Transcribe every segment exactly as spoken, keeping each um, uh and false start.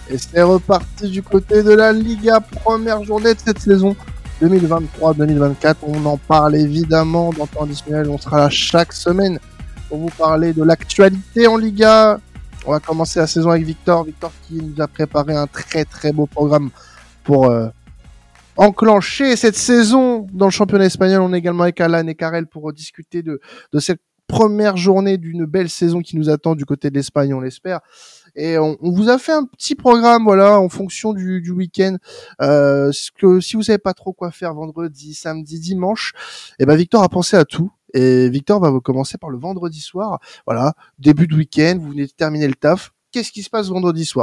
Et c'est reparti du côté de la Liga, première journée de cette saison deux mille vingt-trois deux mille vingt-quatre. On en parle évidemment dans temps additionnel, on sera là chaque semaine pour vous parler de l'actualité en Liga. On va commencer la saison avec Victor, Victor qui nous a préparé un très très beau programme pour euh, enclencher cette saison dans le championnat espagnol. On est également avec Alan et Karel pour discuter de, de cette première journée d'une belle saison qui nous attend du côté de l'Espagne, on l'espère. Et on, on vous a fait un petit programme, voilà, en fonction du, du week-end. Euh, que si vous savez pas trop quoi faire vendredi, samedi, dimanche, et ben Victor a pensé à tout. Et Victor va vous commencer par le vendredi soir. Voilà, début de week-end, vous venez de terminer le taf. Qu'est-ce qui se passe vendredi soir ?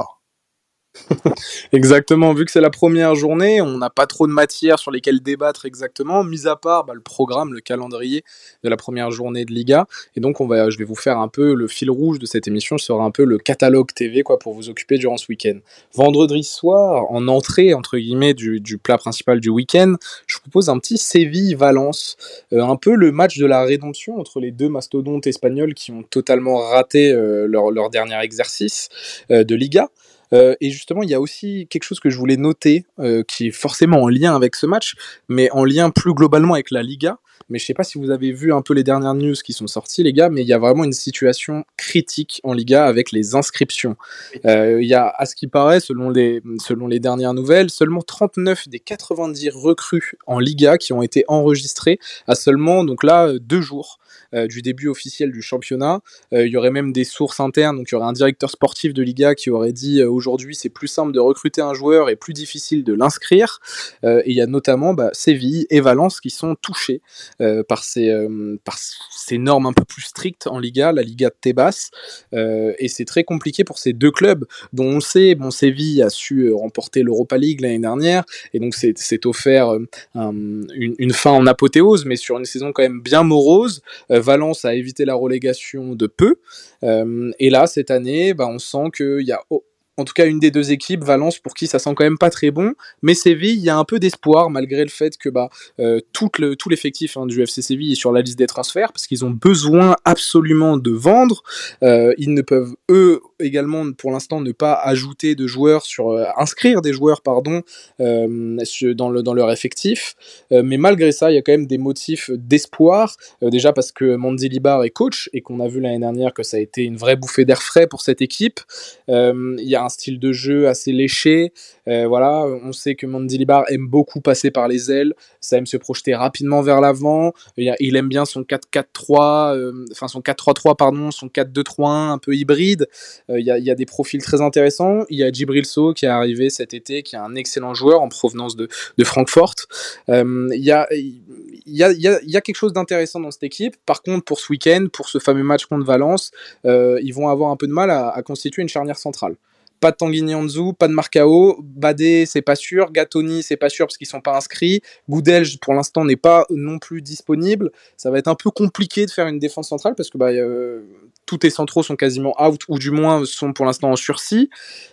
Exactement, vu que c'est la première journée, on n'a pas trop de matière sur lesquelles débattre exactement, mis à part bah, le programme, le calendrier de la première journée de Liga. Et donc, on va, je vais vous faire un peu le fil rouge de cette émission, ce sera un peu le catalogue T V quoi, pour vous occuper durant ce week-end. Vendredi soir, en entrée, entre guillemets, du, du plat principal du week-end, je vous propose un petit Séville-Valence, euh, un peu le match de la rédemption entre les deux mastodontes espagnols qui ont totalement raté euh, leur, leur dernier exercice euh, de Liga. Euh, et justement, il y a aussi quelque chose que je voulais noter, euh, qui est forcément en lien avec ce match, mais en lien plus globalement avec la Liga. Mais je sais pas si vous avez vu un peu les dernières news qui sont sorties, les gars, mais il y a vraiment une situation critique en Liga avec les inscriptions. Euh, il y a, à ce qui paraît, selon les, selon les dernières nouvelles, seulement trente-neuf des quatre-vingt-dix recrues en Liga qui ont été enregistrées à seulement, donc là, deux jours. Euh, du début officiel du championnat. Euh, il y aurait même des sources internes, donc il y aurait un directeur sportif de Liga qui aurait dit euh, aujourd'hui c'est plus simple de recruter un joueur et plus difficile de l'inscrire. Euh, et il y a notamment bah, Séville et Valence qui sont touchés euh, par, ces, euh, par ces normes un peu plus strictes en Liga, la Liga de Tebas. Euh, et c'est très compliqué pour ces deux clubs dont on sait, bon, Séville a su euh, remporter l'Europa League l'année dernière, et donc c'est, c'est offert euh, un, une, une fin en apothéose, mais sur une saison quand même bien morose. Euh, Valence a évité la relégation de peu. Euh, et là, cette année, bah, on sent qu'il y a... Oh, en tout cas une des deux équipes, Valence, pour qui ça sent quand même pas très bon, mais Séville, il y a un peu d'espoir, malgré le fait que bah, euh, tout, le, tout l'effectif hein, du F C Séville est sur la liste des transferts, parce qu'ils ont besoin absolument de vendre. Euh, ils ne peuvent, eux, également, pour l'instant, ne pas ajouter de joueurs, sur euh, inscrire des joueurs, pardon, euh, dans, le, dans leur effectif. Euh, mais malgré ça, il y a quand même des motifs d'espoir, euh, déjà parce que Mendilibar est coach, et qu'on a vu l'année dernière que ça a été une vraie bouffée d'air frais pour cette équipe. Euh, il y a un style de jeu assez léché, euh, voilà, on sait que Mendilibar aime beaucoup passer par les ailes, ça aime se projeter rapidement vers l'avant, il, a, il aime bien son quatre quatre trois, euh, enfin son quatre trois trois pardon, son quatre deux trois un un peu hybride, euh, il, y a, il y a des profils très intéressants, il y a Djibril Sow qui est arrivé cet été, qui est un excellent joueur en provenance de, de Francfort, euh, il, y a, il, y a, il, y a, il y a quelque chose d'intéressant dans cette équipe. Par contre, pour ce week-end, pour ce fameux match contre Valence, euh, ils vont avoir un peu de mal à, à constituer une charnière centrale. Pas de Tanguy Nianzou, pas de Marcao, Badé c'est pas sûr, Gatoni c'est pas sûr parce qu'ils sont pas inscrits, Goudelj pour l'instant n'est pas non plus disponible, ça va être un peu compliqué de faire une défense centrale parce que bah, euh, tous tes centraux sont quasiment out ou du moins sont pour l'instant en sursis,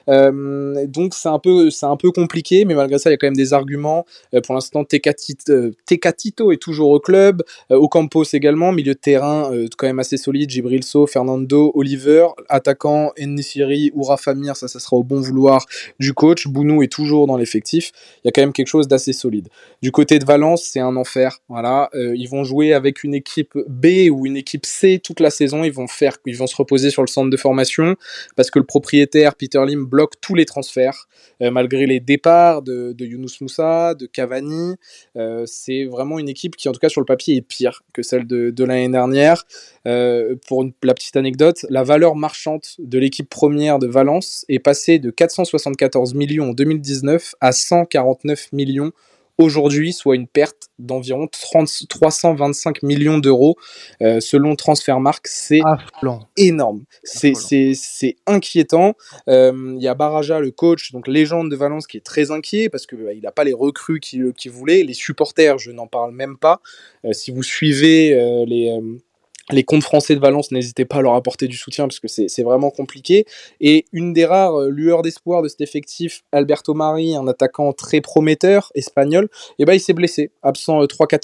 euh, donc c'est un, peu, c'est un peu compliqué, mais malgré ça il y a quand même des arguments. Euh, pour l'instant Tecatito, euh, Tecatito est toujours au club, euh, Ocampos également, milieu de terrain euh, quand même assez solide, Djibril Sow, Fernando, Oliver, attaquant En-Nesyri ou Rafa Mir, ça ça sera au bon vouloir du coach. Bounou est toujours dans l'effectif, il y a quand même quelque chose d'assez solide. Du côté de Valence, c'est un enfer, voilà. Euh, ils vont jouer avec une équipe B ou une équipe C toute la saison, ils vont, faire, ils vont se reposer sur le centre de formation, parce que le propriétaire, Peter Lim, bloque tous les transferts, euh, malgré les départs de, de Younous Moussa, de Cavani, euh, c'est vraiment une équipe qui en tout cas sur le papier est pire que celle de, de l'année dernière. Euh, pour une, la petite anecdote, la valeur marchande de l'équipe première de Valence est passée de quatre cent soixante-quatorze millions en deux mille dix-neuf à cent quarante-neuf millions aujourd'hui, soit une perte d'environ trois cent vingt-cinq millions d'euros euh, selon Transfermarkt. C'est Affolant. énorme, c'est, c'est, c'est inquiétant. Il euh, y a Baraja, le coach, donc légende de Valence, qui est très inquiet parce qu'il bah, n'a pas les recrues qu'il, qu'il voulait. Les supporters, je n'en parle même pas. Euh, si vous suivez euh, les... Euh, les comptes français de Valence, n'hésitez pas à leur apporter du soutien parce que c'est, c'est vraiment compliqué. Et une des rares lueurs d'espoir de cet effectif, Alberto Mari, un attaquant très prometteur, espagnol, et ben il s'est blessé, absent trois quatre mois.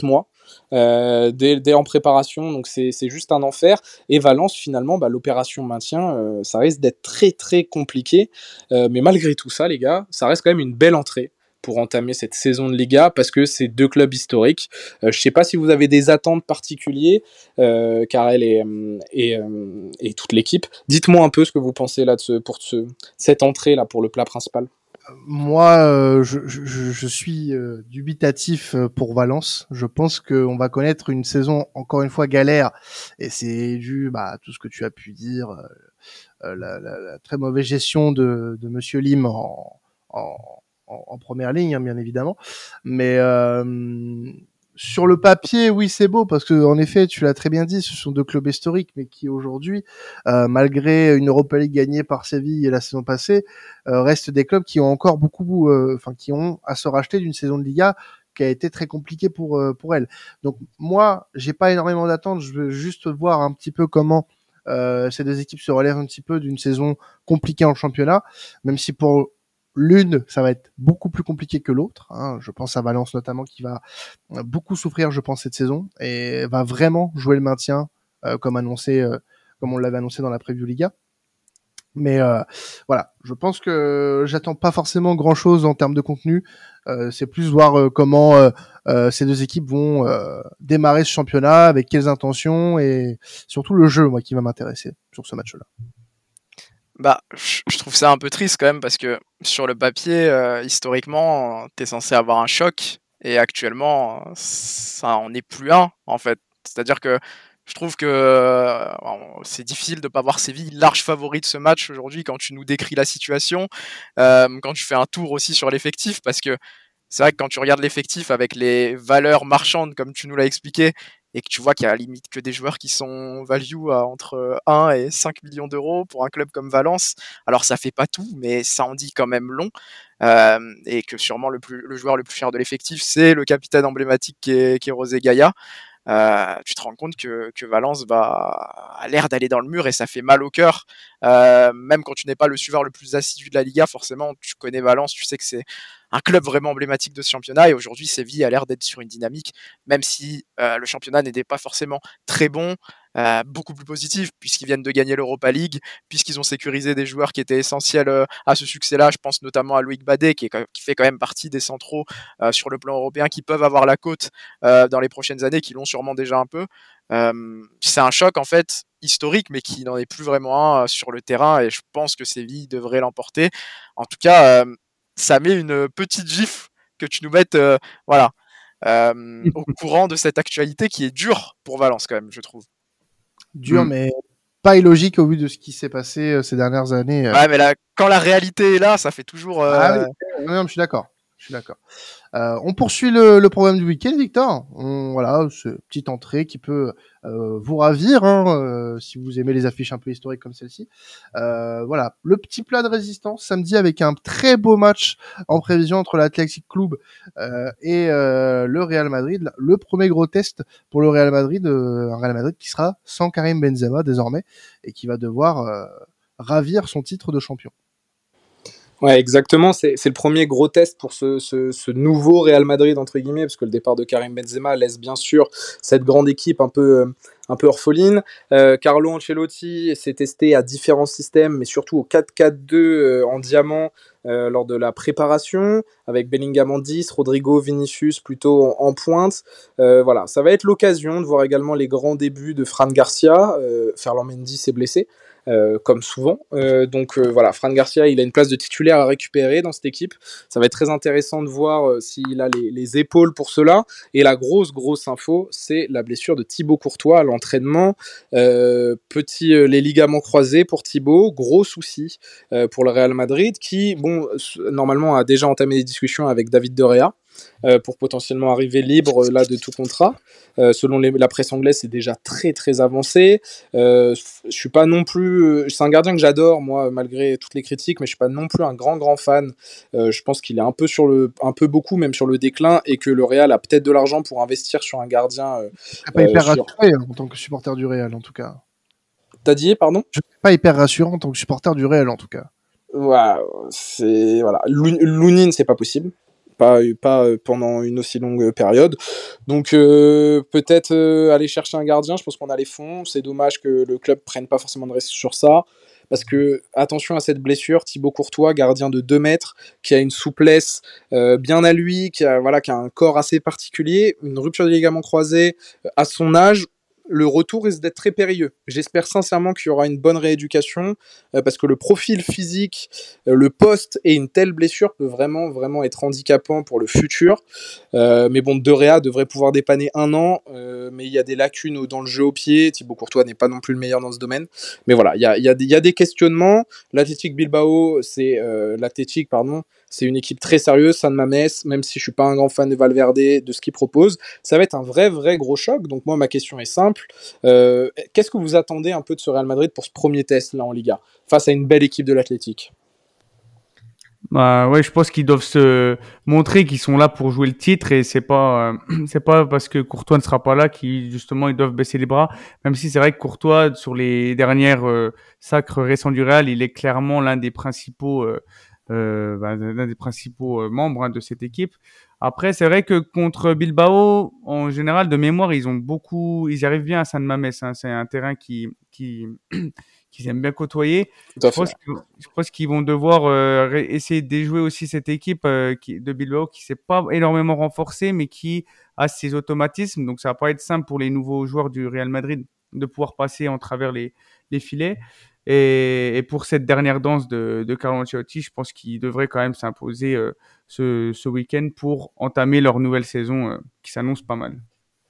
euh, dès, dès en préparation, donc c'est, c'est juste un enfer. Et Valence, finalement, bah, l'opération maintien, euh, ça risque d'être très très compliqué. Euh, mais malgré tout ça, les gars, ça reste quand même une belle entrée pour entamer cette saison de Liga, parce que c'est deux clubs historiques. Euh, je ne sais pas si vous avez des attentes particulières, euh, Karel et, et, euh, et toute l'équipe. Dites-moi un peu ce que vous pensez là de ce, pour ce, cette entrée là pour le plat principal. Moi, euh, je, je, je suis euh, dubitatif pour Valence. Je pense qu'on va connaître une saison encore une fois galère, et c'est dû bah, à tout ce que tu as pu dire, euh, la, la, la très mauvaise gestion de, de Monsieur Lim en, en, en, en première ligne, hein, bien évidemment. Mais euh, sur le papier, oui, c'est beau parce que en effet, tu l'as très bien dit, ce sont deux clubs historiques, mais qui aujourd'hui, euh, malgré une Europa League gagnée par Séville la saison passée, euh, restent des clubs qui ont encore beaucoup, enfin, euh, qui ont à se racheter d'une saison de Liga qui a été très compliquée pour euh, pour elle. Donc moi, j'ai pas énormément d'attentes. Je veux juste voir un petit peu comment euh, ces deux équipes se relèvent un petit peu d'une saison compliquée en championnat, même si pour l'une, ça va être beaucoup plus compliqué que l'autre. Hein. Je pense à Valence notamment qui va beaucoup souffrir, je pense, cette saison et va vraiment jouer le maintien euh, comme annoncé, euh, comme on l'avait annoncé dans la preview Liga. Mais euh, voilà, je pense que j'attends pas forcément grand-chose en termes de contenu. Euh, c'est plus voir euh, comment euh, euh, ces deux équipes vont euh, démarrer ce championnat, avec quelles intentions et surtout le jeu, moi, qui va m'intéresser sur ce match-là. Bah, je trouve ça un peu triste quand même parce que sur le papier, euh, historiquement, t'es censé avoir un choc et actuellement, ça en est plus un en fait. C'est-à-dire que je trouve que euh, c'est difficile de pas voir Séville large favori de ce match aujourd'hui quand tu nous décris la situation, euh, quand tu fais un tour aussi sur l'effectif parce que c'est vrai que quand tu regardes l'effectif avec les valeurs marchandes comme tu nous l'as expliqué et que tu vois qu'il y a limite que des joueurs qui sont value à entre un et cinq millions d'euros pour un club comme Valence. Alors ça fait pas tout, mais ça en dit quand même long. Euh, et que sûrement le, plus, le joueur le plus cher de l'effectif, c'est le capitaine emblématique qui est, qui est José Gaya. Euh, tu te rends compte que, que Valence va, a l'air d'aller dans le mur et ça fait mal au cœur. Euh, même quand tu n'es pas le suiveur le plus assidu de la Liga, forcément, tu connais Valence, tu sais que c'est un club vraiment emblématique de ce championnat et aujourd'hui, Séville a l'air d'être sur une dynamique, même si euh, le championnat n'était pas forcément très bon, euh, beaucoup plus positif puisqu'ils viennent de gagner l'Europa League, puisqu'ils ont sécurisé des joueurs qui étaient essentiels euh, à ce succès-là. Je pense notamment à Loïc Badet qui, est, qui fait quand même partie des centraux euh, sur le plan européen qui peuvent avoir la cote euh, dans les prochaines années, qui l'ont sûrement déjà un peu. Euh, c'est un choc en fait historique, mais qui n'en est plus vraiment un euh, sur le terrain et je pense que Séville devrait l'emporter. En tout cas, euh, ça met une petite gifle que tu nous mettes euh, voilà, euh, au courant de cette actualité qui est dure pour Valence quand même, je trouve. Dur, mmh. mais pas illogique au vu de ce qui s'est passé euh, ces dernières années. Euh... Ouais, mais là, quand la réalité est là, ça fait toujours... Euh... Ah oui, non, je suis d'accord. Je suis d'accord. Euh, on poursuit le, le programme du week-end, Victor. On, voilà, c'est une petite entrée qui peut euh, vous ravir hein, euh, si vous aimez les affiches un peu historiques comme celle-ci. Euh, voilà, le petit plat de résistance samedi avec un très beau match en prévision entre l'Athletic Club euh, et euh, le Real Madrid. Le premier gros test pour le Real Madrid, euh, un Real Madrid qui sera sans Karim Benzema désormais et qui va devoir euh, ravir son titre de champion. Ouais, exactement. C'est, c'est le premier gros test pour ce, ce, ce nouveau Real Madrid, entre guillemets, parce que le départ de Karim Benzema laisse bien sûr cette grande équipe un peu, euh, un peu orpheline. Euh, Carlo Ancelotti s'est testé à différents systèmes, mais surtout au quatre quatre deux euh, en diamant euh, lors de la préparation, avec Bellingham en dix, Rodrigo, Vinicius plutôt en, en pointe. Euh, voilà, ça va être l'occasion de voir également les grands débuts de Fran Garcia. Euh, Ferland Mendy s'est blessé. Euh, comme souvent. Euh, donc euh, voilà, Fran Garcia, il a une place de titulaire à récupérer dans cette équipe. Ça va être très intéressant de voir euh, s'il a les, les épaules pour cela. Et la grosse, grosse info, c'est la blessure de Thibaut Courtois à l'entraînement. Euh, petit, euh, les ligaments croisés pour Thibaut, gros souci euh, pour le Real Madrid, qui, bon, normalement a déjà entamé des discussions avec David De Gea. Euh, pour potentiellement arriver libre euh, là de tout contrat. Euh, selon les, la presse anglaise, c'est déjà très très avancé. Euh, je suis pas non plus. Euh, c'est un gardien que j'adore moi, malgré toutes les critiques, mais je suis pas non plus un grand grand fan. Euh, je pense qu'il est un peu sur le, un peu beaucoup même sur le déclin et que le Real a peut-être de l'argent pour investir sur un gardien. Euh, je suis pas hyper sur... rassuré en tant que supporter du Real en tout cas. T'as dit pardon ? Je suis pas hyper rassurant en tant que supporter du Real en tout cas. Ouais, c'est voilà. Lounine, c'est pas possible. pas pas pendant une aussi longue période. Donc euh, peut-être euh, aller chercher un gardien. Je pense qu'on a les fonds. C'est dommage que le club prenne pas forcément de risque sur ça. Parce que, attention à cette blessure, Thibaut Courtois, gardien de deux mètres, qui a une souplesse euh, bien à lui, qui a, voilà, qui a un corps assez particulier, une rupture des ligaments croisés euh, à son âge, le retour risque d'être très périlleux. J'espère sincèrement qu'il y aura une bonne rééducation, euh, parce que le profil physique, euh, le poste et une telle blessure peut vraiment, vraiment être handicapant pour le futur. Euh, mais bon, De Gea devrait pouvoir dépanner un an, euh, mais il y a des lacunes dans le jeu au pied. Thibaut Courtois n'est pas non plus le meilleur dans ce domaine. Mais voilà, il y a, y a, y a des questionnements. L'Athletic Bilbao, c'est euh, l'Athletic, pardon, c'est une équipe très sérieuse, San Mamés, même si je suis pas un grand fan de Valverde, de ce qu'il propose. Ça va être un vrai, vrai gros choc. Donc moi, ma question est simple. Euh, qu'est-ce que vous attendez un peu de ce Real Madrid pour ce premier test là en Liga, face à une belle équipe de l'Athletic? Bah ouais, je pense qu'ils doivent se montrer qu'ils sont là pour jouer le titre et c'est pas euh, c'est pas parce que Courtois ne sera pas là qu'ils justement ils doivent baisser les bras. Même si c'est vrai que Courtois sur les dernières euh, sacres récents du Real, il est clairement l'un des principaux euh, euh, bah, l'un des principaux euh, membres hein, de cette équipe. Après, c'est vrai que contre Bilbao, en général de mémoire, ils ont beaucoup, ils arrivent bien à San Mamés. Hein. C'est un terrain qui qui qu'ils aiment bien côtoyer. Tout à Je pense fait. qu'ils, je pense qu'ils vont devoir euh, ré- essayer de déjouer aussi cette équipe euh, qui, de Bilbao qui s'est pas énormément renforcée, mais qui a ses automatismes. Donc, ça va pas être simple pour les nouveaux joueurs du Real Madrid de pouvoir passer en travers les, les filets. Et, et pour cette dernière danse de, de Carlo Ancelotti, je pense qu'ils devraient quand même s'imposer euh, ce, ce week-end pour entamer leur nouvelle saison euh, qui s'annonce pas mal.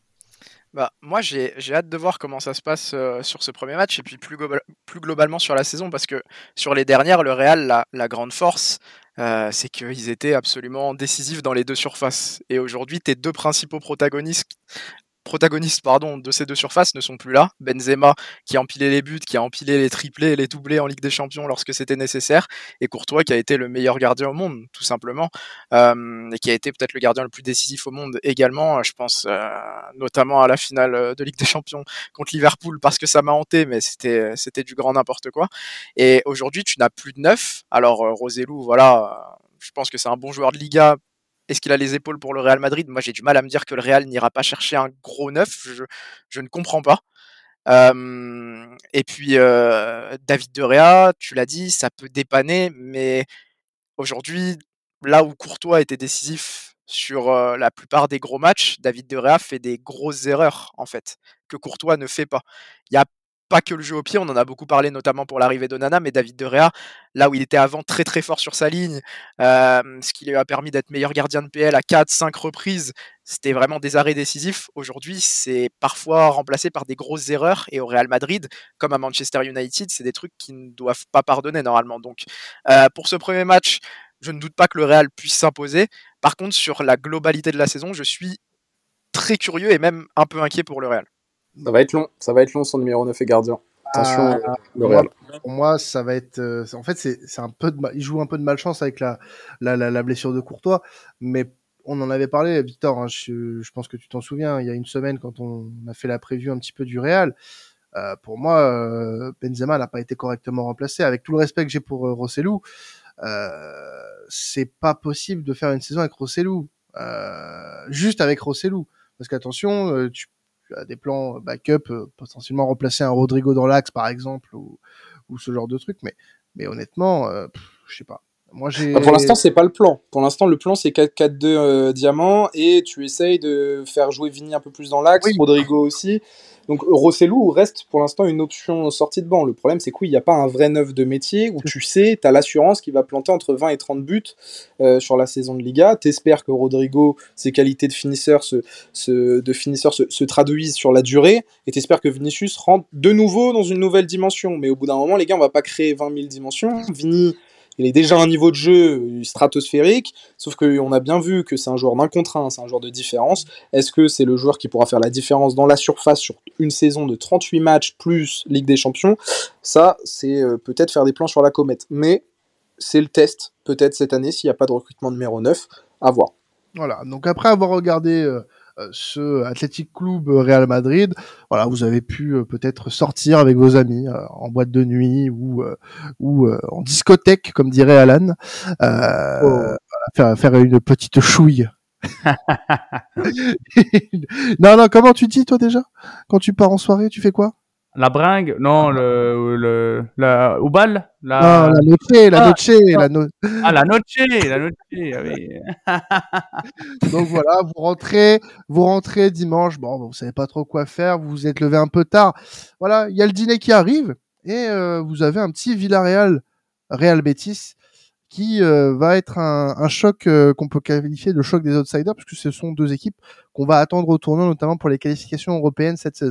Bah, moi, j'ai j'ai hâte de voir comment ça se passe euh, sur ce premier match et puis plus, global- plus globalement sur la saison parce que sur les dernières, le Real, la, la grande force, euh, c'est qu'ils étaient absolument décisifs dans les deux surfaces. Et aujourd'hui, tes deux principaux protagonistes protagonistes pardon, de ces deux surfaces ne sont plus là. Benzema qui a empilé les buts, qui a empilé les triplés et les doublés en Ligue des Champions lorsque c'était nécessaire, et Courtois qui a été le meilleur gardien au monde, tout simplement, euh, et qui a été peut-être le gardien le plus décisif au monde également. Je pense euh, notamment à la finale de Ligue des Champions contre Liverpool parce que ça m'a hanté, mais c'était c'était du grand n'importe quoi. Et aujourd'hui, tu n'as plus de neuf. Alors euh, Roselu, voilà, euh, je pense que c'est un bon joueur de Liga. Est-ce qu'il a les épaules pour le Real Madrid? Moi, j'ai du mal à me dire que le Real n'ira pas chercher un gros neuf. Je, je ne comprends pas. Euh, et puis, euh, David De Gea, tu l'as dit, ça peut dépanner, mais aujourd'hui, là où Courtois était décisif sur euh, la plupart des gros matchs, David De Gea fait des grosses erreurs, en fait, que Courtois ne fait pas. Il n'y a pas que le jeu au pied, on en a beaucoup parlé notamment pour l'arrivée d'Onana, mais David De Gea, là où il était avant très très fort sur sa ligne, euh, ce qui lui a permis d'être meilleur gardien de P L à quatre cinq reprises, c'était vraiment des arrêts décisifs. Aujourd'hui, c'est parfois remplacé par des grosses erreurs, et au Real Madrid, comme à Manchester United, c'est des trucs qui ne doivent pas pardonner normalement. Donc, euh, pour ce premier match, je ne doute pas que le Real puisse s'imposer. Par contre, sur la globalité de la saison, je suis très curieux et même un peu inquiet pour le Real. Ça va être long, ça va être long son numéro neuf et gardien. Attention, Ah, euh, le moi, Real. pour moi, ça va être. euh, en fait, c'est c'est un peu de, ma- il joue un peu de malchance avec la, la, la, la blessure de Courtois, mais on en avait parlé, Victor. Hein, je, je pense que tu t'en souviens. Il y a une semaine, quand on a fait la preview un petit peu du Real, euh, pour moi, euh, Benzema n'a pas été correctement remplacé. Avec tout le respect que j'ai pour euh, Rossellou, euh, c'est pas possible de faire une saison avec Rossellou, euh, juste avec Rossellou, parce qu'attention, euh, tu tu as des plans backup, euh, potentiellement remplacer un Rodrigo dans l'axe, par exemple, ou, ou ce genre de truc. Mais, mais honnêtement, euh, pff, je sais pas. Moi, j'ai. Bah, pour l'instant, c'est pas le plan. Pour l'instant, le plan, c'est quatre quatre deux euh, diamant et tu essayes de faire jouer Vini un peu plus dans l'axe, Oui. Rodrigo aussi. Donc, Rossellou reste pour l'instant une option sortie de banc. Le problème, c'est qu'il n'y a pas un vrai neuf de métier où tu sais, tu as l'assurance qu'il va planter entre vingt et trente buts euh, sur la saison de Liga. T'espères que Rodrigo, ses qualités de finisseur, se, se, de finisseur se, se traduisent sur la durée et t'espères que Vinicius rentre de nouveau dans une nouvelle dimension. Mais au bout d'un moment, les gars, on va pas créer vingt mille dimensions. Vini, il est déjà à un niveau de jeu stratosphérique, sauf qu'on a bien vu que c'est un joueur d'un contre un, c'est un joueur de différence. Est-ce que c'est le joueur qui pourra faire la différence dans la surface sur une saison de trente-huit matchs plus Ligue des Champions? Ça, c'est euh, peut-être faire des plans sur la comète. Mais c'est le test, peut-être cette année, s'il n'y a pas de recrutement numéro neuf, à voir. Voilà. Donc après avoir regardé euh, euh, ce Athletic Club Real Madrid, voilà, vous avez pu euh, peut-être sortir avec vos amis euh, en boîte de nuit ou euh, ou euh, en discothèque, comme dirait Alan. Euh, Oh. voilà, faire, faire une petite chouille. non, non, comment tu dis, toi, déjà? Quand tu pars en soirée, tu fais quoi? La bringue? Non, le, le, la, au bal? Non, La, la noche, la ah, noche, non. la no... Ah, la noche, la noche, ah oui. Donc voilà, vous rentrez, vous rentrez dimanche, bon, vous savez pas trop quoi faire, vous vous êtes levé un peu tard. Voilà, il y a le dîner qui arrive et euh, vous avez un petit Villarreal, Real Betis, qui euh, va être un, un choc euh, qu'on peut qualifier de choc des outsiders, puisque ce sont deux équipes qu'on va attendre au tournoi, notamment pour les qualifications européennes cette saison.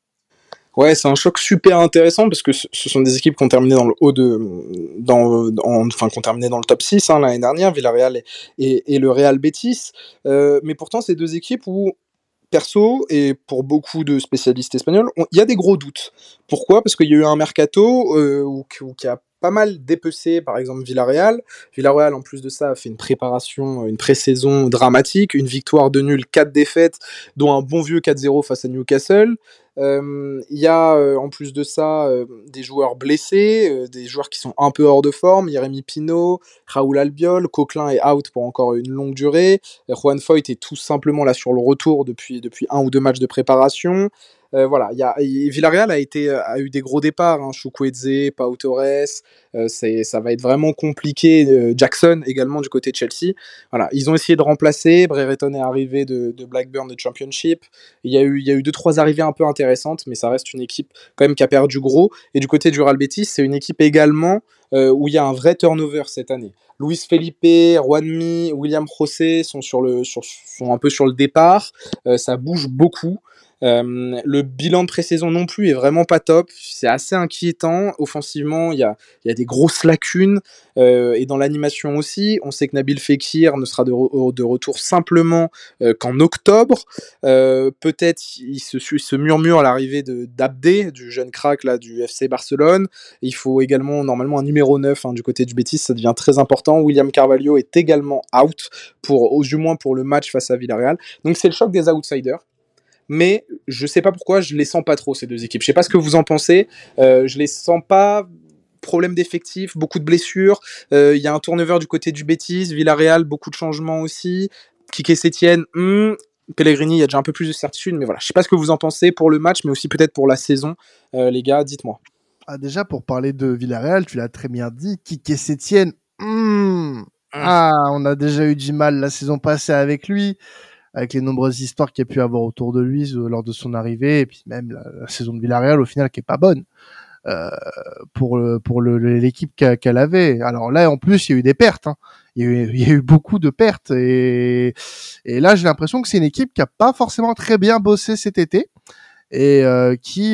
Ouais, c'est un choc super intéressant parce que ce sont des équipes qui ont terminé dans le haut de, dans, dans enfin, qui ont terminé dans le top six hein, l'année dernière, Villarreal et, et, et le Real Betis. Euh, mais pourtant, c'est deux équipes où, perso, et pour beaucoup de spécialistes espagnols, il y a des gros doutes. Pourquoi ? Parce qu'il y a eu un mercato euh, où, où, qui a pas mal dépecé, par exemple, Villarreal. Villarreal, en plus de ça, a fait une préparation, une pré-saison dramatique, une victoire de nul, quatre défaites, dont un bon vieux quatre zéro face à Newcastle. Il euh, y a euh, en plus de ça euh, des joueurs blessés, euh, des joueurs qui sont un peu hors de forme, Jérémy Pino, Raúl Albiol, Coquelin est out pour encore une longue durée, Juan Foyt est tout simplement là sur le retour depuis, depuis un ou deux matchs de préparation. Euh, voilà, y a, y, Villarreal a, été, a eu des gros départs, hein, Chukwueze, Pau Torres, euh, c'est, ça va être vraiment compliqué, euh, Jackson également du côté de Chelsea. Voilà, ils ont essayé de remplacer, Brereton est arrivé de, de Blackburn de Championship, il y, a eu, il y a eu deux trois arrivées un peu intéressantes, mais ça reste une équipe quand même qui a perdu gros, et du côté du Real Betis, c'est une équipe également euh, où il y a un vrai turnover cette année. Luis Felipe, Juanmi, William José sont, sur le, sur, sont un peu sur le départ, euh, ça bouge beaucoup. Euh, le bilan de pré-saison non plus est vraiment pas top, c'est assez inquiétant. Offensivement, il y a, y a des grosses lacunes euh, et dans l'animation aussi. On sait que Nabil Fekir ne sera de, re- de retour simplement euh, qu'en octobre. Euh, peut-être il se, il se murmure à l'arrivée de, d'Abdé, du jeune crack là, du F C Barcelone. Il faut également normalement un numéro neuf hein, du côté du Betis, ça devient très important. William Carvalho est également out, pour, au du moins pour le match face à Villarreal. Donc c'est le choc des outsiders. Mais je sais pas pourquoi je les sens pas trop ces deux équipes. Je sais pas ce que vous en pensez. Euh, je les sens pas. Problème d'effectifs, beaucoup de blessures. Il euh, y a un turnover du côté du Betis, Villarreal, beaucoup de changements aussi. Quique Sétienne, hmm. Pellegrini, il y a déjà un peu plus de certitude, mais voilà. Je sais pas ce que vous en pensez pour le match, mais aussi peut-être pour la saison. Euh, les gars, dites-moi. Ah, déjà, pour parler de Villarreal, tu l'as très bien dit, Quique Sétienne, hmm. ah, on a déjà eu du mal la saison passée avec lui, avec les nombreuses histoires qu'il y a pu avoir autour de lui euh, lors de son arrivée, et puis même la, la saison de Villarreal, au final, qui est pas bonne euh, pour, le, pour le, l'équipe qu'elle avait. Alors là, en plus, il y a eu des pertes. Hein. Il, y a eu, il y a eu beaucoup de pertes. Et, et là, j'ai l'impression que c'est une équipe qui a pas forcément très bien bossé cet été et euh, qui,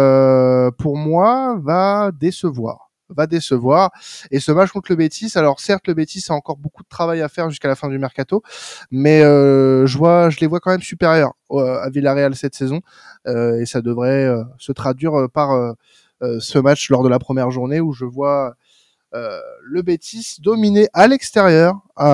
euh, pour moi, va décevoir. va décevoir. Et ce match contre le Betis, alors certes, le Betis a encore beaucoup de travail à faire jusqu'à la fin du mercato, mais euh, je vois, je les vois quand même supérieurs euh, à Villarreal cette saison, euh, et ça devrait euh, se traduire par euh, euh, ce match lors de la première journée où je vois euh, le Betis dominer à l'extérieur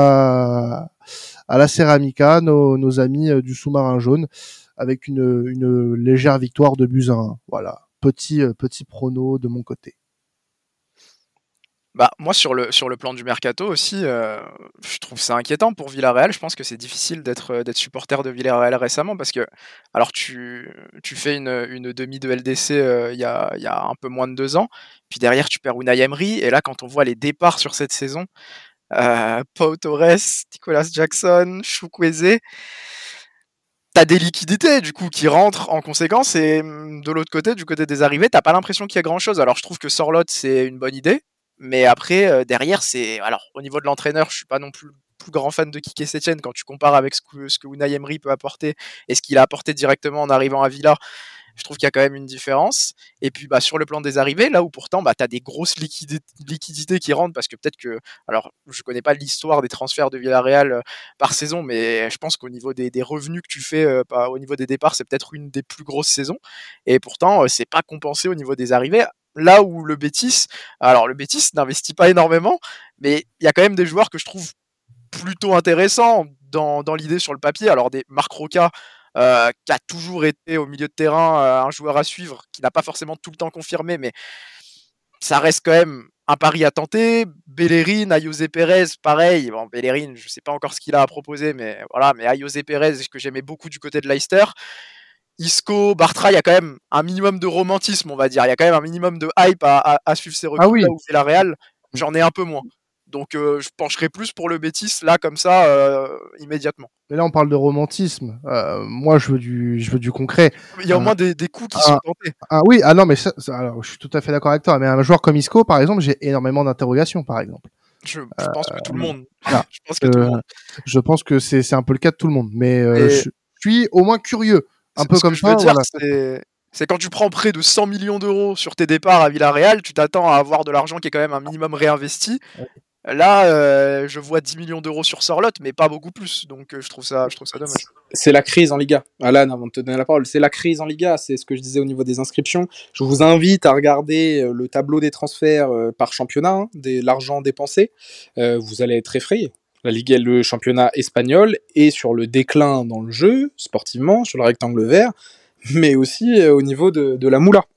à, à la Ceramica nos, nos amis euh, du sous-marin jaune avec une, une légère victoire de buts à un. Voilà, petit petit prono de mon côté. Bah, moi, sur le, sur le plan du mercato aussi, euh, je trouve ça inquiétant pour Villarreal. Je pense que c'est difficile d'être, d'être supporter de Villarreal récemment parce que, alors, tu, tu fais une, une demi de L D C euh, il y, a, il y a un peu moins de deux ans, puis derrière, tu perds Unai Emery, et là, quand on voit les départs sur cette saison, euh, Pau Torres, Nicolas Jackson, Chukwueze, t'as des liquidités du coup qui rentrent en conséquence, et de l'autre côté, du côté des arrivées, t'as pas l'impression qu'il y a grand chose. Alors je trouve que Sorloth c'est une bonne idée, mais après euh, derrière c'est, alors au niveau de l'entraîneur, je suis pas non plus plus grand fan de Quique Sétienne quand tu compares avec ce que, ce que Unai Emery peut apporter et ce qu'il a apporté directement en arrivant à Villa. Je trouve qu'il y a quand même une différence. Et puis bah, sur le plan des arrivées, là où pourtant bah, tu as des grosses liquidi- liquidités qui rentrent, parce que peut-être que, alors je connais pas l'histoire des transferts de Villarreal euh, par saison, mais je pense qu'au niveau des, des revenus que tu fais, euh, pas, au niveau des départs, c'est peut-être une des plus grosses saisons. Et pourtant, euh, c'est pas compensé au niveau des arrivées. Là où le Betis, alors le Betis n'investit pas énormément, mais il y a quand même des joueurs que je trouve plutôt intéressants dans, dans l'idée sur le papier. Alors des Marc Roca, euh, qui a toujours été au milieu de terrain euh, un joueur à suivre, qui n'a pas forcément tout le temps confirmé, mais ça reste quand même un pari à tenter. Bellerin, Ayoze Perez, pareil. Bon, Bellerin, je sais pas encore ce qu'il a à proposer, mais voilà. Mais Ayoze Perez, que j'aimais beaucoup du côté de Leicester. Isco, Bartra, il y a quand même un minimum de romantisme, on va dire. Il y a quand même un minimum de hype à, à, à suivre ces recrues. Ah oui. Là où Villarreal, j'en ai un peu moins. Donc euh, je pencherai plus pour le Betis, là, comme ça, euh, immédiatement. Mais là, on parle de romantisme. Euh, moi, je veux du, je veux du concret. Il y a au Un- moins des, des coups qui un- sont tentés. Ah oui, ah non, mais ça, ça- alors, je suis tout à fait d'accord avec toi. Mais un joueur comme Isco, par exemple, j'ai énormément d'interrogations, par exemple. Je, je pense que tout le monde. voilà. je pense que tout le Euh, monde. je pense que c'est, c'est un peu le cas de tout le monde. Mais euh, Et- je suis au moins curieux. Un C'est- peu ce comme que je ça, veux dire, voilà. c'est, c'est quand tu prends près de cent millions d'euros sur tes départs à Villarreal, tu t'attends à avoir de l'argent qui est quand même un minimum réinvesti. Là, euh, je vois dix millions d'euros sur Sorloth, mais pas beaucoup plus. Donc euh, je trouve ça, je trouve ça dommage. C'est la crise en Liga. Alan, avant de te donner la parole, c'est la crise en Liga. C'est ce que je disais au niveau des inscriptions. Je vous invite à regarder euh, le tableau des transferts euh, par championnat, hein, de l'argent dépensé. Euh, vous allez être effrayés. La Ligue, le championnat espagnol est sur le déclin dans le jeu, sportivement, sur le rectangle vert, mais aussi euh, au niveau de, de la moula.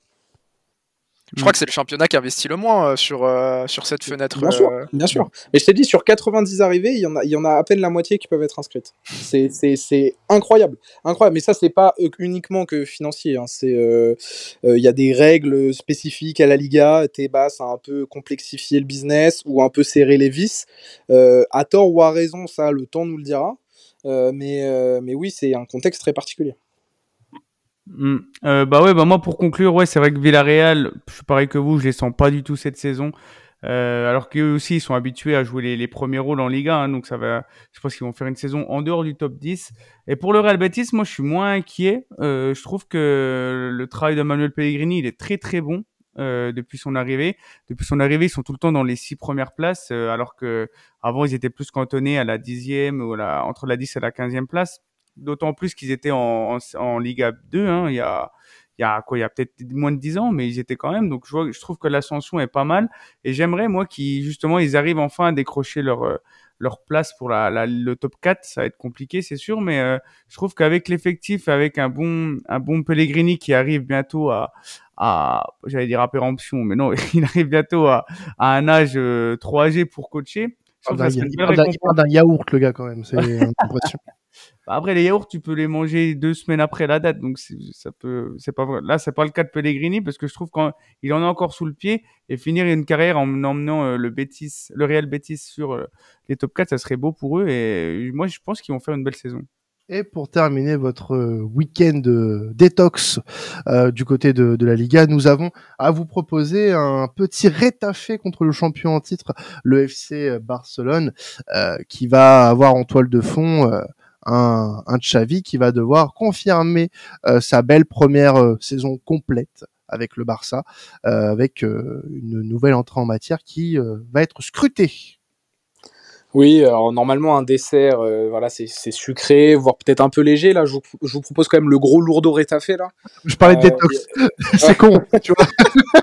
Je crois que c'est le championnat qui investit le moins euh, sur, euh, sur cette fenêtre. Bien sûr, euh, bien sûr. Mais je t'ai dit, sur quatre-vingt-dix arrivées, il y en a, il y en a à peine la moitié qui peuvent être inscrites. C'est, c'est, c'est incroyable, incroyable. Mais ça, c'est pas euh, uniquement que financier. Hein. C'est, euh, euh, il y a des règles spécifiques à la Liga. Tebas a un peu complexifié le business ou un peu serré les vis. Euh, à tort ou à raison, ça, le temps nous le dira. Euh, mais, euh, mais oui, c'est un contexte très particulier. Mm. Euh, bah ouais, bah moi pour conclure, ouais, c'est vrai que Villarreal, je suis pareil que vous, je les sens pas du tout cette saison. Euh, alors qu'eux aussi, ils sont habitués à jouer les, les premiers rôles en Liga, hein, donc ça va. Je pense qu'ils vont faire une saison en dehors du top dix. Et pour le Real Betis, moi, je suis moins inquiet. Euh, je trouve que le travail de Manuel Pellegrini, il est très très bon euh, depuis son arrivée. Depuis son arrivée, ils sont tout le temps dans les six premières places, euh, alors que avant, ils étaient plus cantonnés à la dixième ou à la, entre la dix et la quinzième place. D'autant plus qu'ils étaient en, en, en Liga deux, hein, il y a, il y a quoi, il y a peut-être moins de dix ans, mais ils étaient quand même. Donc je vois, je trouve que l'ascension est pas mal. Et j'aimerais moi qu'ils justement ils arrivent enfin à décrocher leur euh, leur place pour la, la le top quatre. Ça va être compliqué, c'est sûr, mais euh, je trouve qu'avec l'effectif, avec un bon un bon Pellegrini qui arrive bientôt à à j'allais dire à péremption, mais non, il arrive bientôt à à un âge euh, trop âgé pour coacher. Je trouve que ça serait une Il belle parle d'un- il récompense. parle d'un yaourt, le gars, quand même. C'est une impression. Après, les yaourts, tu peux les manger deux semaines après la date, donc c'est, ça peut, c'est pas vrai. Là, c'est pas le cas de Pellegrini parce que je trouve qu'il en a encore sous le pied et finir une carrière en emmenant euh, le Betis, le Real Betis sur euh, les top quatre, ça serait beau pour eux et moi, je pense qu'ils vont faire une belle saison. Et pour terminer votre euh, week-end de détox euh, du côté de, de la Liga, nous avons à vous proposer un petit rétafé contre le champion en titre, le F C Barcelone, euh, qui va avoir en toile de fond euh, un, un Xavi qui va devoir confirmer euh, sa belle première euh, saison complète avec le Barça, euh, avec euh, une nouvelle entrée en matière qui euh, va être scrutée. Oui, alors normalement un dessert, euh, voilà, c'est, c'est sucré, voire peut-être un peu léger. Là, je vous, je vous propose quand même le gros lourdeau rétafé là. Je parlais de Euh, détox, c'est con, tu vois.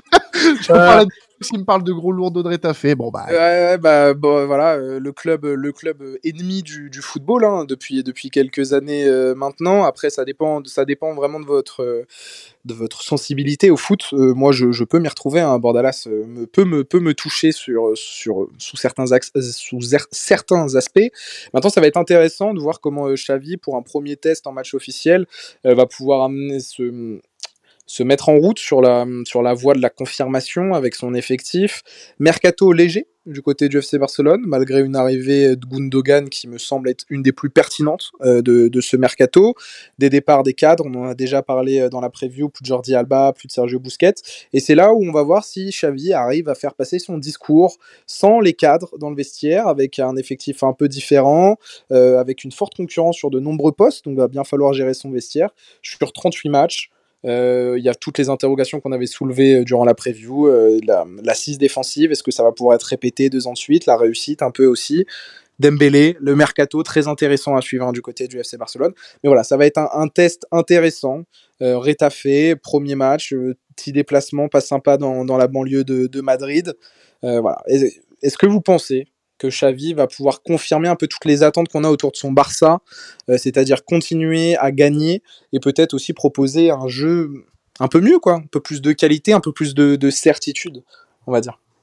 Je parlais de s'il me parle de gros lourdeaux de rétafé, bon bah. Ouais, ouais, bah, bon, voilà, euh, le club, le club ennemi du, du football hein, depuis depuis quelques années euh, maintenant. Après, ça dépend, ça dépend vraiment de votre euh, de votre sensibilité au foot. Euh, moi, je, je peux m'y retrouver. Hein, Bordalas euh, me, peut me peut me toucher sur sur sous certains axes, sous er, certains aspects. Maintenant, ça va être intéressant de voir comment euh, Xavi, pour un premier test en match officiel, euh, va pouvoir amener ce se mettre en route sur la, sur la voie de la confirmation avec son effectif. Mercato léger du côté du F C Barcelone, malgré une arrivée de Gundogan qui me semble être une des plus pertinentes euh, de, de ce mercato. Des départs des cadres, on en a déjà parlé dans la preview, plus de Jordi Alba, plus de Sergio Busquets. Et c'est là où on va voir si Xavi arrive à faire passer son discours sans les cadres dans le vestiaire, avec un effectif un peu différent, euh, avec une forte concurrence sur de nombreux postes, donc il va bien falloir gérer son vestiaire. Sur trente-huit matchs, il euh, y a toutes les interrogations qu'on avait soulevées durant la preview, euh, la, l'assise défensive, est-ce que ça va pouvoir être répété deux ans de suite, la réussite un peu aussi, Dembélé, le mercato très intéressant à suivre hein, du côté du F C Barcelone, mais voilà, ça va être un, un test intéressant, euh, rétafé, premier match, euh, petit déplacement pas sympa dans, dans la banlieue de, de Madrid, euh, voilà. Est-ce que vous pensez que Xavi va pouvoir confirmer un peu toutes les attentes qu'on a autour de son Barça, euh, c'est-à-dire continuer à gagner et peut-être aussi proposer un jeu un peu mieux, quoi, un peu plus de qualité, un peu plus de, de certitude, on va dire.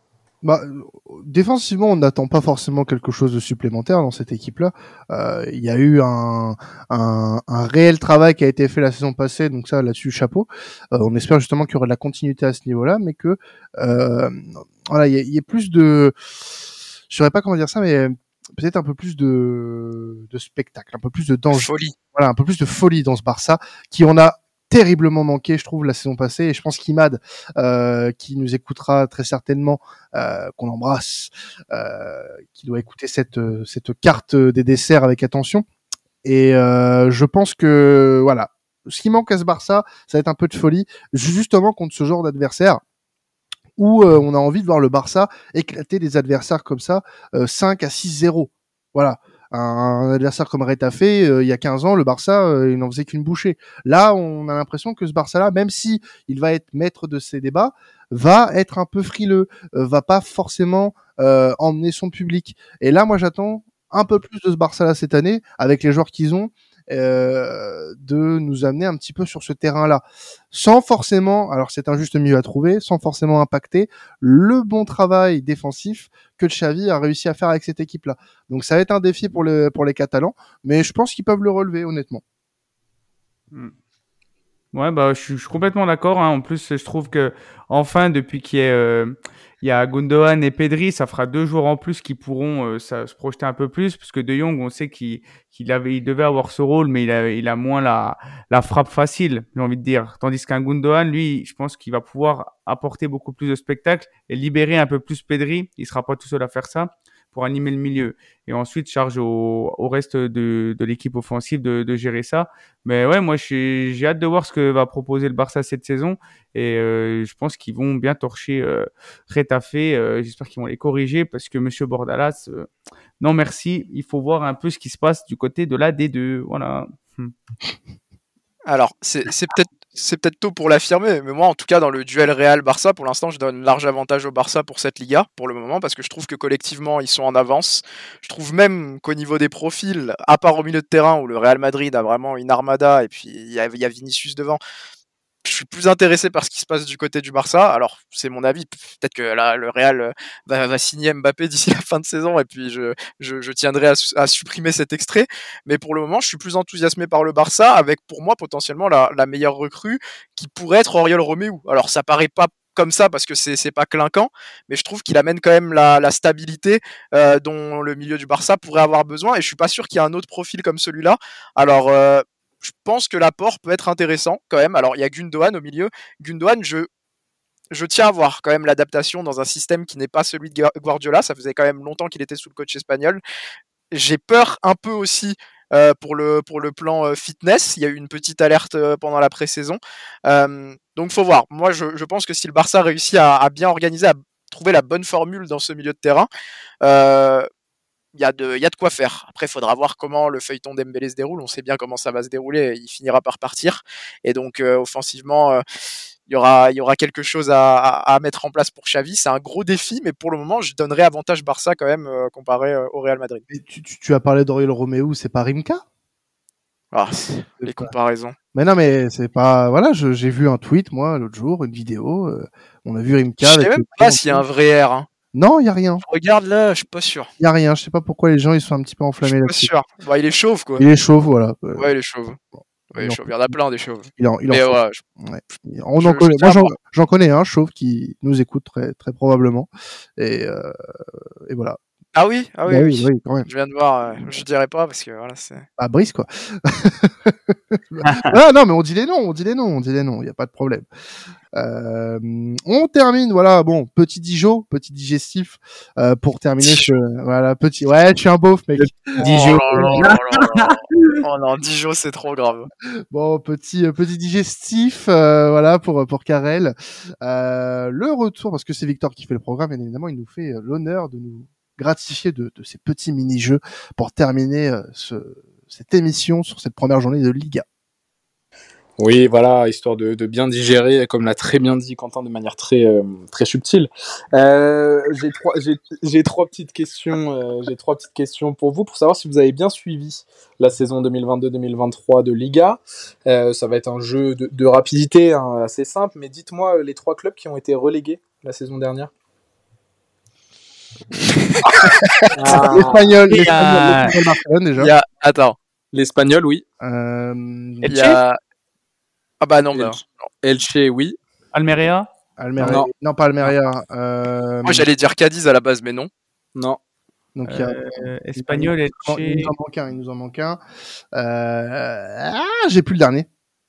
Bah, défensivement, on n'attend pas forcément quelque chose de supplémentaire dans cette équipe-là. Euh, Il y a eu un, un, un réel travail qui a été fait la saison passée, donc ça, là-dessus, chapeau. Euh, on espère justement qu'il y aura de la continuité à ce niveau-là, mais que euh, voilà, il y, a- il y a plus de, je saurais pas comment dire ça, mais peut-être un peu plus de, de spectacle, un peu plus de danger. Folie. Voilà, un peu plus de folie dans ce Barça, qui en a terriblement manqué, je trouve, la saison passée. Et je pense qu'Imad, euh, qui nous écoutera très certainement, euh, qu'on embrasse, euh, qui doit écouter cette cette carte des desserts avec attention. Et euh, je pense que voilà, ce qui manque à ce Barça, ça va être un peu de folie, justement contre ce genre d'adversaire où euh, on a envie de voir le Barça éclater des adversaires comme ça, euh, cinq à six zéro. Voilà. Un, un adversaire comme Retafe, euh, il y a quinze ans, le Barça, euh, il n'en faisait qu'une bouchée. Là, on a l'impression que ce Barça-là, même si il va être maître de ces débats, va être un peu frileux, euh, va pas forcément euh, emmener son public. Et là, moi, j'attends un peu plus de ce Barça-là cette année, avec les joueurs qu'ils ont, euh, de nous amener un petit peu sur ce terrain-là, sans forcément, alors c'est un juste milieu à trouver, sans forcément impacter le bon travail défensif que Xavi a réussi à faire avec cette équipe-là. Donc ça va être un défi pour, le, pour les Catalans, mais je pense qu'ils peuvent le relever, honnêtement. Ouais, bah, je suis, je suis complètement d'accord. Hein. En plus, je trouve que enfin, depuis qu'il y, ait, euh, il y a Gundogan et Pedri, ça fera deux joueurs en plus qui pourront euh, ça, se projeter un peu plus, parce que De Jong, on sait qu'il, qu'il avait, il devait avoir ce rôle, mais il a, il a moins la, la frappe facile, j'ai envie de dire. Tandis qu'un Gundogan, lui, je pense qu'il va pouvoir apporter beaucoup plus de spectacle et libérer un peu plus Pedri. Il sera pas tout seul à faire ça pour animer le milieu. Et ensuite, charge au, au reste de, de l'équipe offensive de, de gérer ça. Mais ouais, moi, j'ai, j'ai hâte de voir ce que va proposer le Barça cette saison. Et euh, je pense qu'ils vont bien torcher euh, Retafe. Euh, j'espère qu'ils vont les corriger parce que Monsieur Bordalas, euh, non merci. Il faut voir un peu ce qui se passe du côté de la D deux. Voilà. Hmm. Alors, c'est, c'est peut-être c'est peut-être tôt pour l'affirmer, mais moi, en tout cas, dans le duel Real-Barça, pour l'instant, je donne large avantage au Barça pour cette Liga, pour le moment, parce que je trouve que collectivement, ils sont en avance. Je trouve même qu'au niveau des profils, à part au milieu de terrain, où le Real Madrid a vraiment une armada, et puis il y a, il y a Vinicius devant, je suis plus intéressé par ce qui se passe du côté du Barça. Alors, c'est mon avis. Peut-être que là, le Real va, va signer Mbappé d'ici la fin de saison et puis je, je, je tiendrai à, à supprimer cet extrait. Mais pour le moment, je suis plus enthousiasmé par le Barça avec, pour moi, potentiellement la, la meilleure recrue qui pourrait être Oriol Romeu. Alors, ça paraît pas comme ça parce que c'est, c'est pas clinquant, mais je trouve qu'il amène quand même la, la stabilité euh, dont le milieu du Barça pourrait avoir besoin et je suis pas sûr qu'il y ait un autre profil comme celui-là. Alors, euh, je pense que l'apport peut être intéressant quand même. Alors, il y a Gundogan au milieu. Gundogan, je, je tiens à voir quand même l'adaptation dans un système qui n'est pas celui de Guardiola. Ça faisait quand même longtemps qu'il était sous le coach espagnol. J'ai peur un peu aussi euh, pour, le, pour le plan euh, fitness. Il y a eu une petite alerte euh, pendant la pré-saison. Euh, donc, faut voir. Moi, je, je pense que si le Barça réussit à, à bien organiser, à trouver la bonne formule dans ce milieu de terrain, euh, il y a de, il y a de quoi faire. Après, il faudra voir comment le feuilleton Dembélé se déroule. On sait bien comment ça va se dérouler. Il finira par partir. Et donc, euh, offensivement, euh, il y aura, il y aura quelque chose à, à, à mettre en place pour Xavi. C'est un gros défi, mais pour le moment, je donnerais avantage Barça quand même euh, comparé euh, au Real Madrid. Et tu, tu, tu as parlé d'Oriol Romeu, c'est pas Rimka? Ah, les comparaisons. Mais non, mais c'est pas. Voilà, je, j'ai vu un tweet, moi, l'autre jour, une vidéo. Euh, on a vu Rimka. Je sais même pas s'il y a un vrai R. Hein. Non, il y a rien. Je regarde là, je suis pas sûr. Il y a rien. Je sais pas pourquoi les gens ils sont un petit peu enflammés là. Je suis pas sûr. Bah, il est chauve quoi. Il est chauve, voilà. Euh, ouais, il est chauve. Bon. Ouais, il, il, y en a plein des chauves. Il en, il en mais ouais, je... ouais. On je, en connaît. Moi, j'en, j'en connais un chauve qui nous écoute très, très probablement. Et, euh, et voilà. Ah oui, ah oui, bah, oui. oui, quand même. Je viens de voir. Euh, je dirais pas parce que voilà, c'est. Ah, Brice quoi. Ah non, mais on dit les noms, on dit les noms, on dit les noms. Il y a pas de problème. Euh, on termine, voilà, bon, petit Dijon, petit digestif euh, pour terminer. Ce, voilà, petit. Ouais, je suis un beauf, mec. Dijon. Oh, oh non, Dijon, c'est trop grave. Bon, petit petit digestif, euh, voilà pour pour Karel. Euh, le retour, parce que c'est Victor qui fait le programme, bien évidemment, il nous fait l'honneur de nous gratifier de, de ces petits mini-jeux pour terminer euh, ce, cette émission sur cette première journée de Liga. Oui, voilà, histoire de, de bien digérer, comme l'a très bien dit Quentin de manière très euh, très subtile. Euh, j'ai trois j'ai, j'ai trois petites questions, euh, j'ai trois petites questions pour vous pour savoir si vous avez bien suivi la saison deux mille vingt-deux deux mille vingt-trois de Liga. Euh, ça va être un jeu de, de rapidité hein, assez simple, mais dites-moi les trois clubs qui ont été relégués la saison dernière. Ah. L'espagnol, Il y l'espagnol, a- l'espagnol Barcelone déjà. Il y a... Attends. L'espagnol, oui. Euh, Il y a... Ah bah non, bah, Elche, Elche, oui. Almeria. Almeria. Non. Non. pas Almeria. Euh, moi j'allais dire Cadiz à la base, mais non. Non. donc il y a Euh, Espagnol, il nous Elche. en manque un, il nous en manque un. Euh, Ah, j'ai plus le dernier.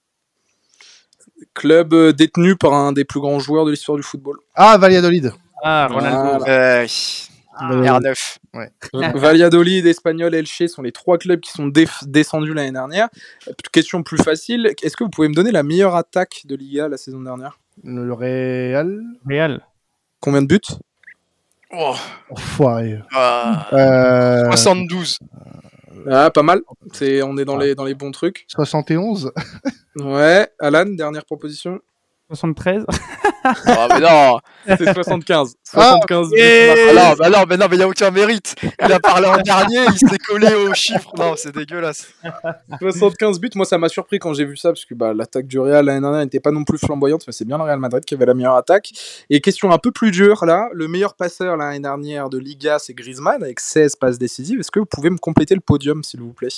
Club euh, détenu par un des plus grands joueurs de l'histoire du football. Ah, Valladolid. Ah, Ronaldo. Voilà. Euh... Valladolid. R neuf. Donc, Valladolid, Espagnol, Elche sont les trois clubs qui sont déf- descendus l'année dernière. Euh, Question plus facile, est-ce que vous pouvez me donner la meilleure attaque de Liga la saison dernière? Le Real. Real. Combien de buts? Oh, Enfoiré. ah, Euh, soixante-douze. Ah, pas mal. C'est, on est dans les, dans les bons trucs. soixante et onze. Ouais, Alan, dernière proposition. soixante-treize. Oh, mais non. C'est soixante-quinze. soixante-quinze buts. Ah non, bah non, mais non, mais il n'y a aucun mérite. Il a parlé en dernier, il s'est collé aux chiffres. Non, c'est dégueulasse. soixante-quinze buts, moi ça m'a surpris quand j'ai vu ça, parce que bah, l'attaque du Real l'année dernière n'était pas non plus flamboyante, mais c'est bien le Real Madrid qui avait la meilleure attaque. Et question un peu plus dure là, le meilleur passeur l'année dernière de Liga c'est Griezmann avec seize passes décisives. Est-ce que vous pouvez me compléter le podium s'il vous plaît?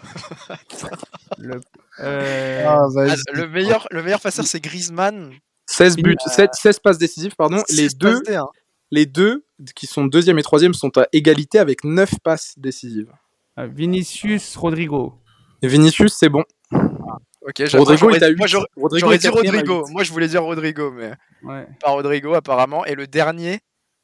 Le... Euh... Ah, vas-y. Ah, le, meilleur, le meilleur passeur, c'est Griezmann. seize buts, sept, seize passes décisives, pardon. Les six deux, passes D, hein. les deux qui sont deuxième et troisième sont à égalité avec neuf passes décisives. euh, Vinicius Rodrigo. Et Vinicius c'est bon. Ok, j'avoue, Rodrigo j'aurais- est à huit. moi, j'aurais Rodrigo j'aurais est dit quatrième à Rodrigo. huit. Moi, je voulais dire Rodrigo, mais Ouais. pas Rodrigo apparemment. Et le dernier.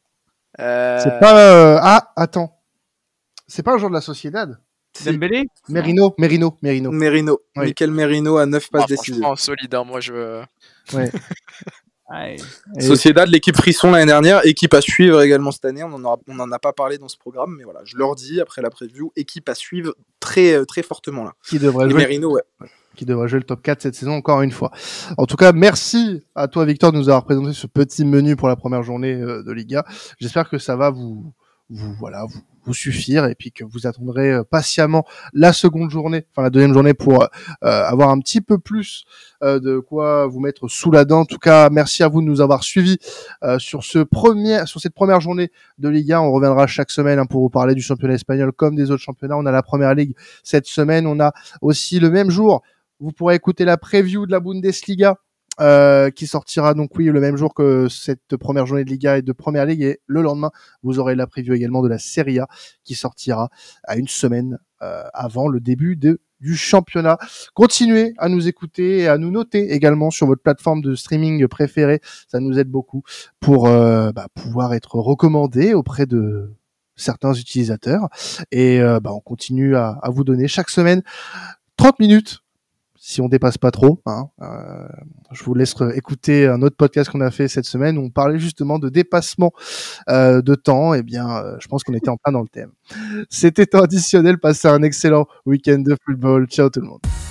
euh, C'est pas. euh, Ah, attends. C'est pas un joueur de la Sociedad. Si. Dembélé. Merino, Merino, Merino. Merino. Oui. Michael Merino à neuf passes ah, décisives. franchement, solide. Hein, moi, je. Ouais. Ouais. Et- Sociedad, l'équipe Frisson l'année dernière, équipe à suivre également cette année. On en aura- on n'en a pas parlé dans ce programme, mais voilà, je leur dis après la preview, équipe à suivre très, euh, très fortement là. Qui devrait Et jouer Merino, ouais. qui devrait jouer le top quatre cette saison encore une fois. En tout cas, merci à toi Victor de nous avoir présenté ce petit menu pour la première journée euh, de Liga. J'espère que ça va vous vous voilà vous, vous suffire et puis que vous attendrez euh, patiemment la seconde journée, enfin la deuxième journée pour euh, avoir un petit peu plus euh, de quoi vous mettre sous la dent. En tout cas, merci à vous de nous avoir suivis euh, sur ce premier sur cette première journée de Liga. On reviendra chaque semaine hein, pour vous parler du championnat espagnol comme des autres championnats. On a la Première Ligue cette semaine, on a aussi le même jour vous pourrez écouter la preview de la Bundesliga euh, qui sortira donc oui le même jour que cette première journée de Liga et de Première Ligue et le lendemain vous aurez la preview également de la Serie A qui sortira à une semaine euh, avant le début de du championnat. Continuez à nous écouter et à nous noter également sur votre plateforme de streaming préférée, ça nous aide beaucoup pour euh, bah, pouvoir être recommandé auprès de certains utilisateurs et euh, bah, on continue à, à vous donner chaque semaine trente minutes si on dépasse pas trop. Hein. Euh, je vous laisse écouter un autre podcast qu'on a fait cette semaine où on parlait justement de dépassement euh, de temps. Eh bien, euh, je pense qu'on était en plein dans le thème. C'était traditionnel. Passez un excellent week-end de football. Ciao tout le monde.